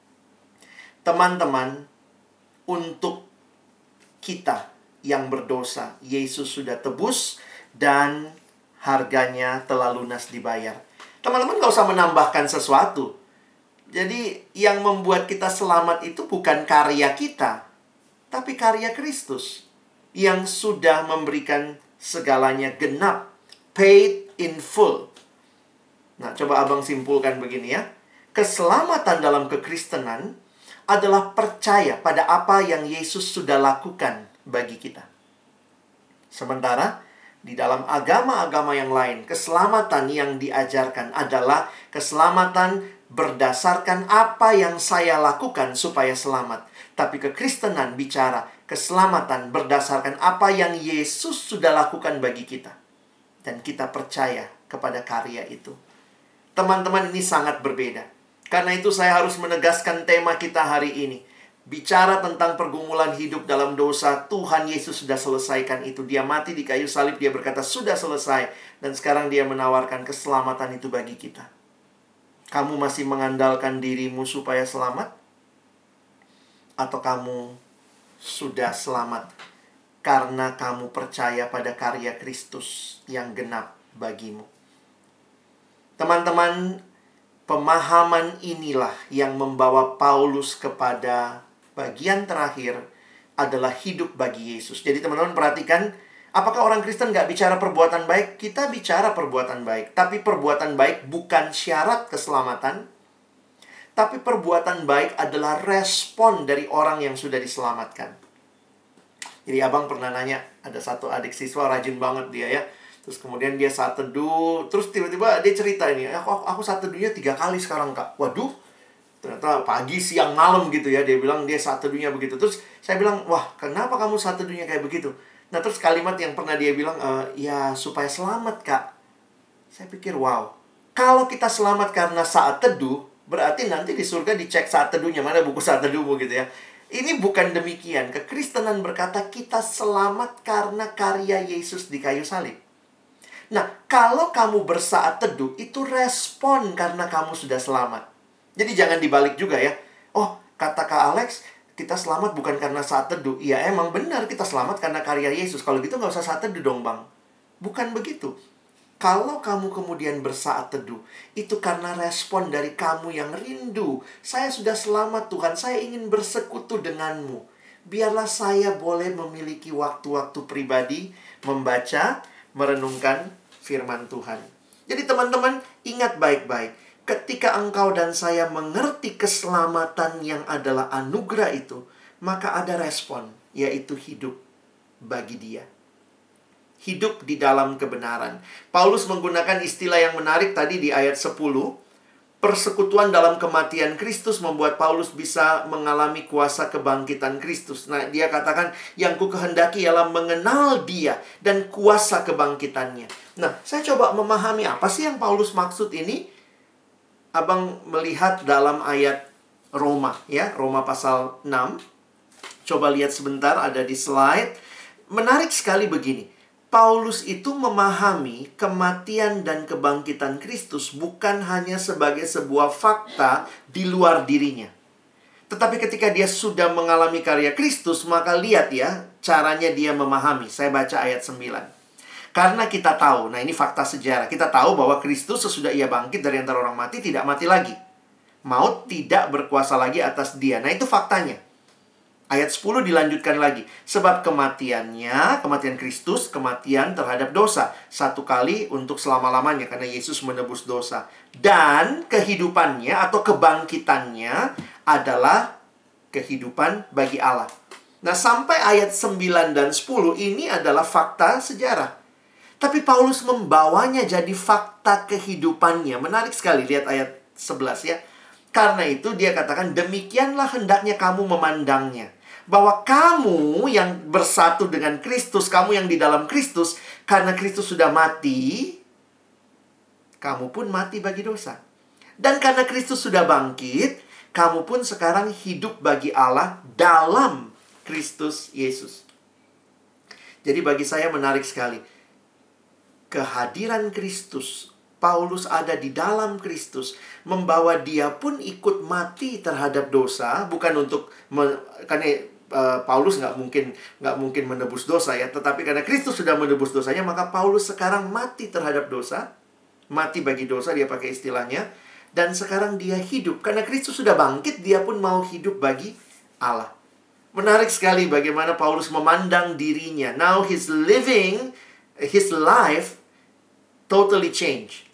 Teman-teman, untuk kita yang berdosa, Yesus sudah tebus dan harganya telah lunas dibayar. Teman-teman gak usah menambahkan sesuatu. Jadi yang membuat kita selamat itu bukan karya kita, tapi karya Kristus yang sudah memberikan segalanya genap, paid in full. Nah, coba abang simpulkan begini ya. Keselamatan dalam kekristenan adalah percaya pada apa yang Yesus sudah lakukan bagi kita. Sementara di dalam agama-agama yang lain, keselamatan yang diajarkan adalah keselamatan berdasarkan apa yang saya lakukan supaya selamat. Tapi kekristenan bicara keselamatan berdasarkan apa yang Yesus sudah lakukan bagi kita. Dan kita percaya kepada karya itu. Teman-teman, ini sangat berbeda. Karena itu saya harus menegaskan tema kita hari ini. Bicara tentang pergumulan hidup dalam dosa, Tuhan Yesus sudah selesaikan itu. Dia mati di kayu salib, dia berkata sudah selesai. Dan sekarang dia menawarkan keselamatan itu bagi kita. Kamu masih mengandalkan dirimu supaya selamat? Atau kamu sudah selamat karena kamu percaya pada karya Kristus yang genap bagimu? Teman-teman, pemahaman inilah yang membawa Paulus kepada bagian terakhir adalah hidup bagi Yesus. Jadi teman-teman perhatikan, apakah orang Kristen nggak bicara perbuatan baik? Kita bicara perbuatan baik. Tapi perbuatan baik bukan syarat keselamatan. Tapi perbuatan baik adalah respon dari orang yang sudah diselamatkan. Jadi abang pernah nanya, Ada satu adik siswa rajin banget dia ya. Terus kemudian dia saat teduh, terus tiba-tiba dia cerita ini, aku saat teduhnya 3 kali sekarang Kak. Waduh, ternyata pagi, siang, malam gitu ya. Dia bilang dia saat teduhnya begitu. Terus saya bilang, wah kenapa kamu saat teduhnya kayak begitu? Nah terus kalimat yang pernah dia bilang, ya supaya selamat Kak. Saya pikir wow, kalau kita selamat karena saat teduh, berarti nanti di surga dicek saat teduhnya. Mana buku saat teduhmu gitu ya. Ini bukan demikian. Kekristenan berkata kita selamat karena karya Yesus di kayu salib. Nah, kalau kamu bersaat teduh, itu respon karena kamu sudah selamat. Jadi jangan dibalik juga ya. Oh, kata Kak Alex, kita selamat bukan karena saat teduh. Iya, emang benar kita selamat karena karya Yesus. Kalau gitu nggak usah saat teduh dong, Bang. Bukan begitu. Kalau kamu kemudian bersaat teduh, itu karena respon dari kamu yang rindu. Saya sudah selamat Tuhan, saya ingin bersekutu denganmu. Biarlah saya boleh memiliki waktu-waktu pribadi, membaca, merenungkan firman Tuhan. Jadi teman-teman, ingat baik-baik. Ketika engkau dan saya mengerti keselamatan yang adalah anugerah itu, maka ada respon, yaitu hidup bagi Dia. Hidup di dalam kebenaran. Paulus menggunakan istilah yang menarik tadi di ayat 10. Persekutuan dalam kematian Kristus membuat Paulus bisa mengalami kuasa kebangkitan Kristus. Nah, dia katakan, yang ku kehendaki ialah mengenal Dia dan kuasa kebangkitannya. Nah, saya coba memahami apa sih yang Paulus maksud ini. Abang melihat dalam ayat Roma, ya, Roma pasal 6. Coba lihat sebentar, ada di slide. Menarik sekali begini. Paulus itu memahami kematian dan kebangkitan Kristus bukan hanya sebagai sebuah fakta di luar dirinya. Tetapi ketika dia sudah mengalami karya Kristus, maka lihat ya, caranya dia memahami. Saya baca ayat 9. Karena kita tahu, nah ini fakta sejarah, kita tahu bahwa Kristus sesudah ia bangkit dari antara orang mati tidak mati lagi. Maut tidak berkuasa lagi atas dia. Nah itu faktanya. Ayat 10 dilanjutkan lagi. Sebab kematiannya, kematian Kristus, kematian terhadap dosa. Satu kali untuk selama-lamanya karena Yesus menebus dosa. Dan kehidupannya atau kebangkitannya adalah kehidupan bagi Allah. Nah sampai ayat 9 dan 10 ini adalah fakta sejarah. Tapi Paulus membawanya jadi fakta kehidupannya. Menarik sekali, lihat ayat 11 ya. Karena itu dia katakan, demikianlah hendaknya kamu memandangnya. Bahwa kamu yang bersatu dengan Kristus, kamu yang di dalam Kristus, karena Kristus sudah mati, kamu pun mati bagi dosa. Dan karena Kristus sudah bangkit, kamu pun sekarang hidup bagi Allah dalam Kristus Yesus. Jadi bagi saya menarik sekali. Kehadiran Kristus, Paulus ada di dalam Kristus, membawa dia pun ikut mati terhadap dosa, bukan untuk karena Paulus nggak mungkin menebus dosa ya, tetapi karena Kristus sudah menebus dosanya, maka Paulus sekarang mati terhadap dosa, mati bagi dosa dia pakai istilahnya, dan sekarang dia hidup karena Kristus sudah bangkit, dia pun mau hidup bagi Allah. Menarik sekali bagaimana Paulus memandang dirinya. Now he's living his life totally changed.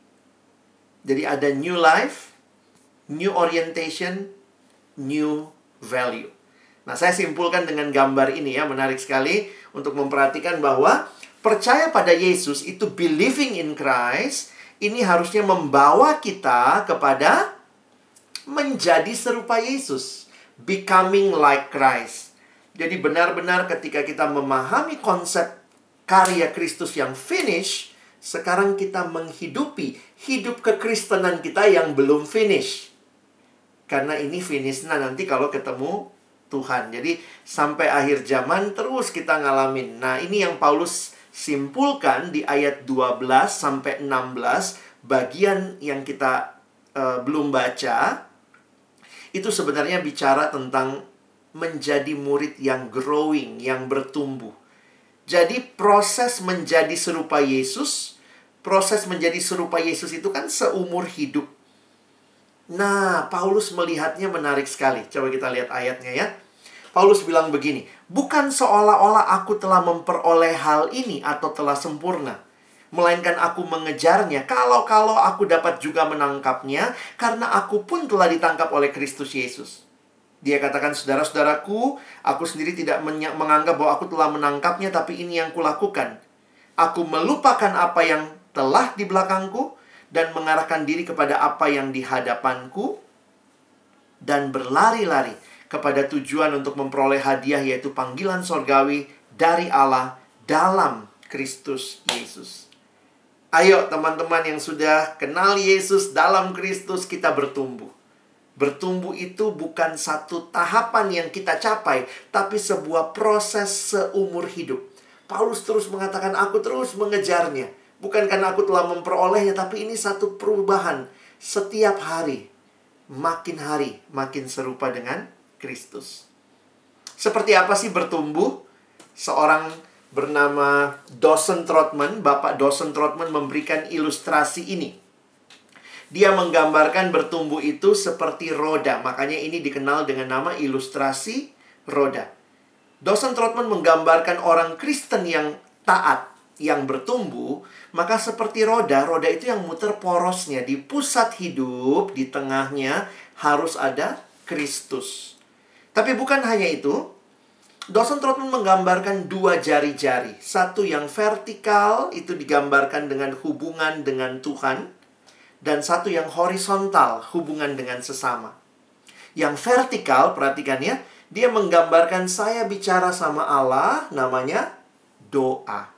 Jadi ada new life, new orientation, new value. Nah, saya simpulkan dengan gambar ini ya, menarik sekali untuk memperhatikan bahwa percaya pada Yesus itu believing in Christ, ini harusnya membawa kita kepada menjadi serupa Yesus, becoming like Christ. Jadi benar-benar ketika kita memahami konsep karya Kristus yang finish, sekarang kita menghidupi hidup kekristenan kita yang belum finish. Karena ini finishnya nanti kalau ketemu Tuhan. Jadi sampai akhir zaman terus kita ngalamin. Nah ini yang Paulus simpulkan di ayat 12 sampai 16. Bagian yang kita belum baca. Itu sebenarnya bicara tentang menjadi murid yang growing, yang bertumbuh. Jadi proses menjadi serupa Yesus, proses menjadi serupa Yesus itu kan seumur hidup. Nah, Paulus melihatnya menarik sekali. Coba kita lihat ayatnya ya. Paulus bilang begini, bukan seolah-olah aku telah memperoleh hal ini atau telah sempurna, melainkan aku mengejarnya kalau aku dapat juga menangkapnya, karena aku pun telah ditangkap oleh Kristus Yesus. Dia katakan, saudara-saudaraku, aku sendiri tidak menganggap bahwa aku telah menangkapnya, tapi ini yang kulakukan. Aku melupakan apa yang telah di belakangku, dan mengarahkan diri kepada apa yang di hadapanku, dan berlari-lari kepada tujuan untuk memperoleh hadiah, yaitu panggilan sorgawi dari Allah dalam Kristus Yesus. Ayo teman-teman yang sudah kenal Yesus dalam Kristus, kita bertumbuh. Bertumbuh itu bukan satu tahapan yang kita capai, tapi sebuah proses seumur hidup. Paulus terus mengatakan, aku terus mengejarnya. Bukan karena aku telah memperolehnya, tapi ini satu perubahan. Setiap hari, makin serupa dengan Kristus. Seperti apa sih bertumbuh? Seorang bernama Dawson Trotman, Bapak Dawson Trotman memberikan ilustrasi ini. Dia menggambarkan bertumbuh itu seperti roda. Makanya ini dikenal dengan nama ilustrasi roda. Dawson Trotman menggambarkan orang Kristen yang taat, yang bertumbuh, maka seperti roda. Roda itu yang muter porosnya. Di pusat hidup, di tengahnya, harus ada Kristus. Tapi bukan hanya itu. Dawson Trotman menggambarkan dua jari-jari. Satu yang vertikal, itu digambarkan dengan hubungan dengan Tuhan. Dan satu yang horizontal, hubungan dengan sesama. Yang vertikal, perhatikan ya, dia menggambarkan saya bicara sama Allah, namanya doa.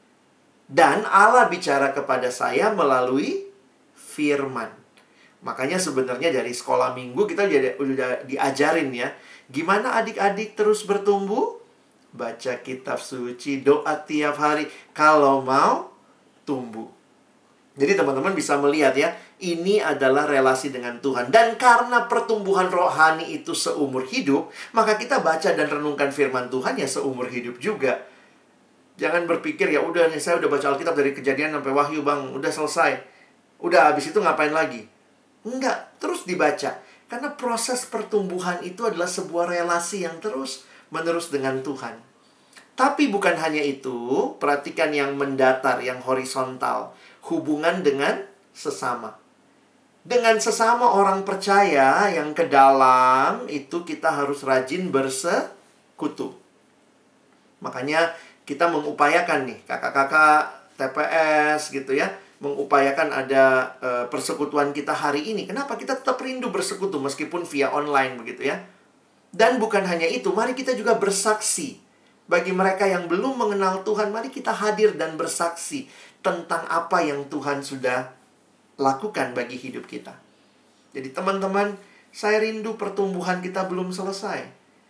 Dan Allah bicara kepada saya melalui firman. Makanya sebenarnya dari sekolah minggu kita udah diajarin ya, gimana adik-adik terus bertumbuh? Baca kitab suci, doa tiap hari, kalau mau tumbuh. Jadi teman-teman bisa melihat ya, ini adalah relasi dengan Tuhan. Dan karena pertumbuhan rohani itu seumur hidup, maka kita baca dan renungkan firman Tuhan ya seumur hidup juga. Jangan berpikir, ya udah nih saya udah baca Alkitab dari Kejadian sampai Wahyu bang, udah selesai. Udah habis itu ngapain lagi? Enggak, terus dibaca. Karena proses pertumbuhan itu adalah sebuah relasi yang terus menerus dengan Tuhan. Tapi bukan hanya itu, perhatikan yang mendatar, yang horizontal. Hubungan dengan sesama. Dengan sesama orang percaya yang ke dalam, itu kita harus rajin bersekutu. Makanya kita mengupayakan nih, kakak-kakak TPS gitu ya, mengupayakan ada persekutuan kita hari ini. Kenapa? Kita tetap rindu bersekutu meskipun via online begitu ya. Dan bukan hanya itu, mari kita juga bersaksi. Bagi mereka yang belum mengenal Tuhan, mari kita hadir dan bersaksi tentang apa yang Tuhan sudah lakukan bagi hidup kita. Jadi teman-teman, saya rindu pertumbuhan kita belum selesai.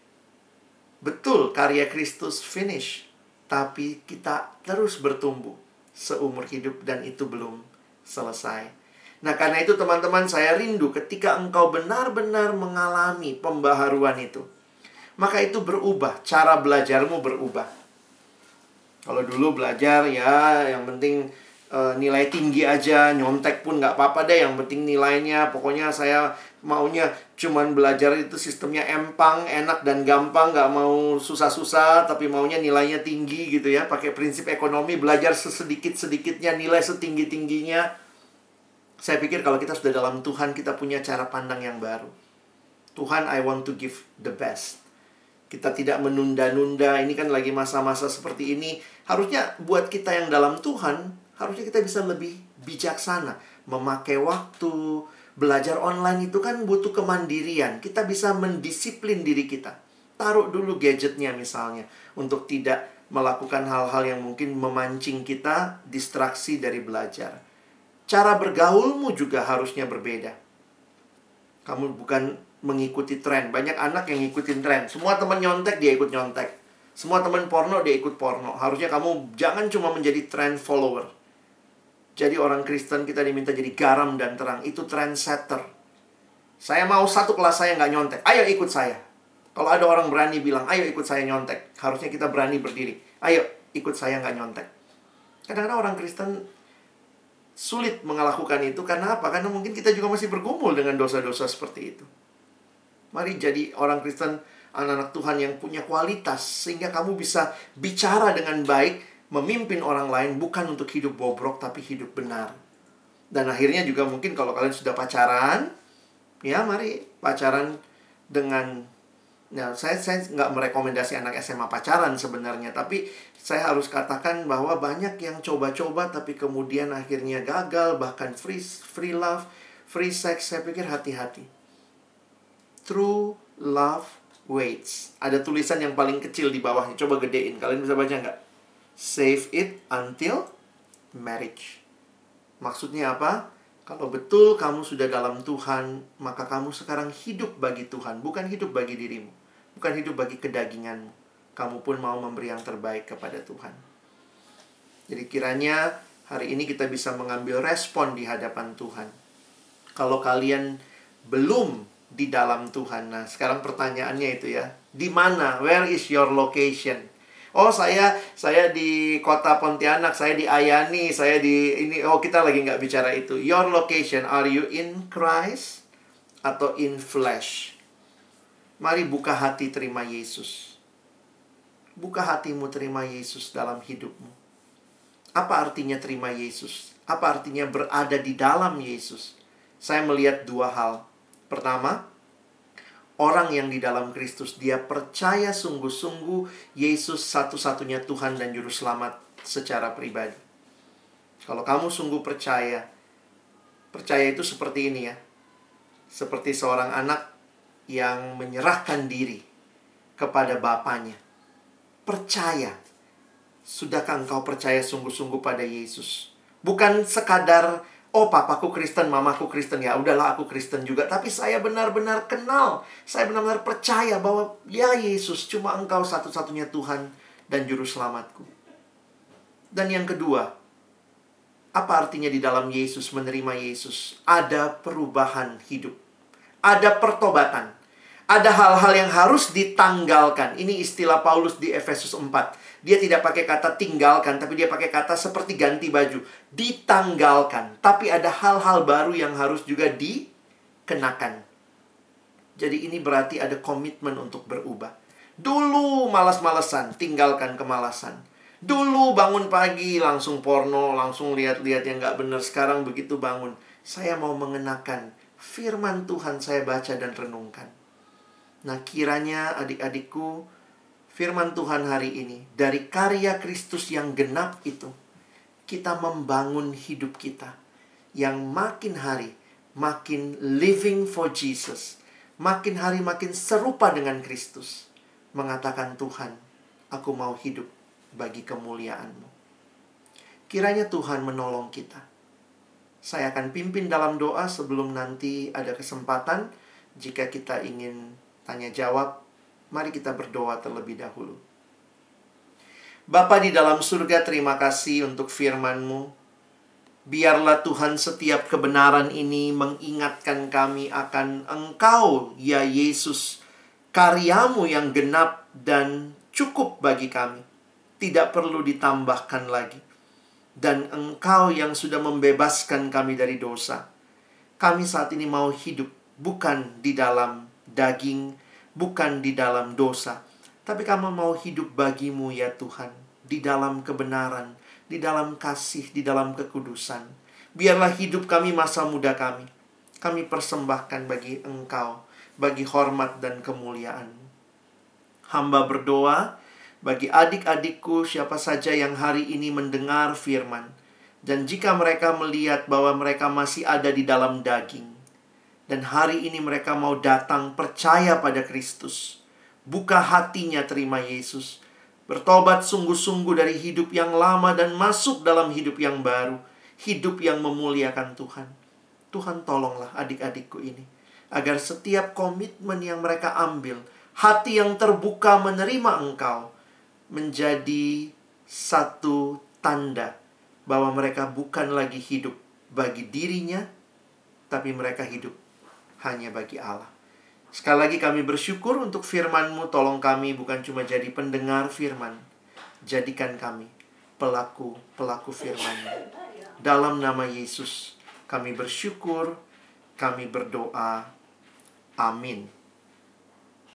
Betul, karya Kristus finish. Tapi kita terus bertumbuh seumur hidup dan itu belum selesai. Nah, karena itu teman-teman, saya rindu ketika engkau benar-benar mengalami pembaharuan itu. Maka itu berubah, cara belajarmu berubah. Kalau dulu belajar ya yang penting nilai tinggi aja, nyontek pun nggak apa-apa deh, yang penting nilainya. Pokoknya saya maunya cuman belajar itu sistemnya empang, enak dan gampang, nggak mau susah-susah, tapi maunya nilainya tinggi gitu ya. Pakai prinsip ekonomi, belajar sesedikit-sedikitnya, nilai setinggi-tingginya. Saya pikir kalau kita sudah dalam Tuhan, kita punya cara pandang yang baru. Tuhan, I want to give the best. Kita tidak menunda-nunda. Ini kan lagi masa-masa seperti ini. Harusnya buat kita yang dalam Tuhan, harusnya kita bisa lebih bijaksana. Memakai waktu. Belajar online itu kan butuh kemandirian. Kita bisa mendisiplin diri kita. Taruh dulu gadgetnya misalnya. Untuk tidak melakukan hal-hal yang mungkin memancing kita distraksi dari belajar. Cara bergaulmu juga harusnya berbeda. Kamu bukan mengikuti tren. Banyak anak yang ngikutin tren. Semua teman nyontek, dia ikut nyontek. Semua teman porno, dia ikut porno. Harusnya kamu jangan cuma menjadi trend follower. Jadi orang Kristen kita diminta jadi garam dan terang. Itu trendsetter. Saya mau satu kelas saya nggak nyontek. Ayo ikut saya. Kalau ada orang berani bilang, ayo ikut saya nyontek. Harusnya kita berani berdiri. Ayo ikut saya nggak nyontek. Kadang-kadang orang Kristen sulit melakukan itu. Karena apa? Karena mungkin kita juga masih bergumul dengan dosa-dosa seperti itu. Mari jadi orang Kristen, anak-anak Tuhan yang punya kualitas. Sehingga kamu bisa bicara dengan baik, memimpin orang lain, bukan untuk hidup bobrok, tapi hidup benar. Dan akhirnya juga mungkin kalau kalian sudah pacaran, ya mari pacaran dengan Nah, saya nggak merekomendasi anak SMA pacaran sebenarnya, tapi saya harus katakan bahwa banyak yang coba-coba tapi kemudian akhirnya gagal, bahkan free love, free sex. Saya pikir hati-hati. True love waits. Ada tulisan yang paling kecil di bawahnya. Coba gedein. Kalian bisa baca nggak? Save it until marriage. Maksudnya apa? Kalau betul kamu sudah dalam Tuhan, maka kamu sekarang hidup bagi Tuhan, bukan hidup bagi dirimu, bukan hidup bagi kedaginganmu. Kamu pun mau memberi yang terbaik kepada Tuhan. Jadi kiranya hari ini kita bisa mengambil respon di hadapan Tuhan. Kalau kalian belum di dalam Tuhan, nah sekarang pertanyaannya itu ya, di mana? Where is your location? Oh, saya di kota Pontianak, saya di Ayani, saya di ini. Oh, kita lagi nggak bicara itu. Your location, are you in Christ atau in flesh? Mari buka hati, terima Yesus. Buka hatimu, terima Yesus dalam hidupmu. Apa artinya terima Yesus? Apa artinya berada di dalam Yesus? Saya melihat dua hal. Pertama, orang yang di dalam Kristus, dia percaya sungguh-sungguh Yesus satu-satunya Tuhan dan Juru Selamat secara pribadi. Kalau kamu sungguh percaya itu seperti ini ya. Seperti seorang anak yang menyerahkan diri kepada bapaknya. Percaya. Sudahkah engkau percaya sungguh-sungguh pada Yesus? Bukan sekadar, oh papaku Kristen, mamaku Kristen, ya udahlah aku Kristen juga. Tapi saya benar-benar kenal, saya benar-benar percaya bahwa ya Yesus cuma engkau satu-satunya Tuhan dan Juru Selamatku. Dan yang kedua, apa artinya di dalam Yesus, menerima Yesus? Ada perubahan hidup, ada pertobatan, ada hal-hal yang harus ditanggalkan. Ini istilah Paulus di Efesus 4. Dia tidak pakai kata tinggalkan, tapi dia pakai kata seperti ganti baju. Ditanggalkan. Tapi ada hal-hal baru yang harus juga dikenakan. Jadi ini berarti ada komitmen untuk berubah. Dulu malas-malesan, tinggalkan kemalasan. Dulu bangun pagi, langsung porno, langsung lihat-lihat yang gak benar. Sekarang begitu bangun, saya mau mengenakan firman Tuhan, saya baca dan renungkan. Nah, kiranya adik-adikku, firman Tuhan hari ini, dari karya Kristus yang genap itu, kita membangun hidup kita yang makin hari makin living for Jesus, makin hari makin serupa dengan Kristus, mengatakan, Tuhan, aku mau hidup bagi kemuliaan-Mu. Kiranya Tuhan menolong kita. Saya akan pimpin dalam doa sebelum nanti ada kesempatan. Jika kita ingin tanya jawab, mari kita berdoa terlebih dahulu. Bapa di dalam surga, terima kasih untuk firman-Mu. Biarlah Tuhan setiap kebenaran ini mengingatkan kami akan Engkau, ya Yesus. Karya-Mu yang genap dan cukup bagi kami. Tidak perlu ditambahkan lagi. Dan Engkau yang sudah membebaskan kami dari dosa. Kami saat ini mau hidup bukan di dalam daging, bukan di dalam dosa, tapi kami mau hidup bagi-Mu ya Tuhan, di dalam kebenaran, di dalam kasih, di dalam kekudusan. Biarlah hidup kami, masa muda kami persembahkan bagi Engkau, bagi hormat dan kemuliaan. Hamba berdoa bagi adik-adikku, siapa saja yang hari ini mendengar firman, dan jika mereka melihat bahwa mereka masih ada di dalam daging, dan hari ini mereka mau datang percaya pada Kristus, buka hatinya terima Yesus, bertobat sungguh-sungguh dari hidup yang lama dan masuk dalam hidup yang baru, hidup yang memuliakan Tuhan. Tuhan tolonglah adik-adikku ini, agar setiap komitmen yang mereka ambil, hati yang terbuka menerima Engkau, menjadi satu tanda bahwa mereka bukan lagi hidup bagi dirinya, tapi mereka hidup hanya bagi Allah. Sekali lagi kami bersyukur untuk firman-Mu. Tolong kami bukan cuma jadi pendengar firman, jadikan kami pelaku firman-Mu. Dalam nama Yesus kami bersyukur, kami berdoa. Amin.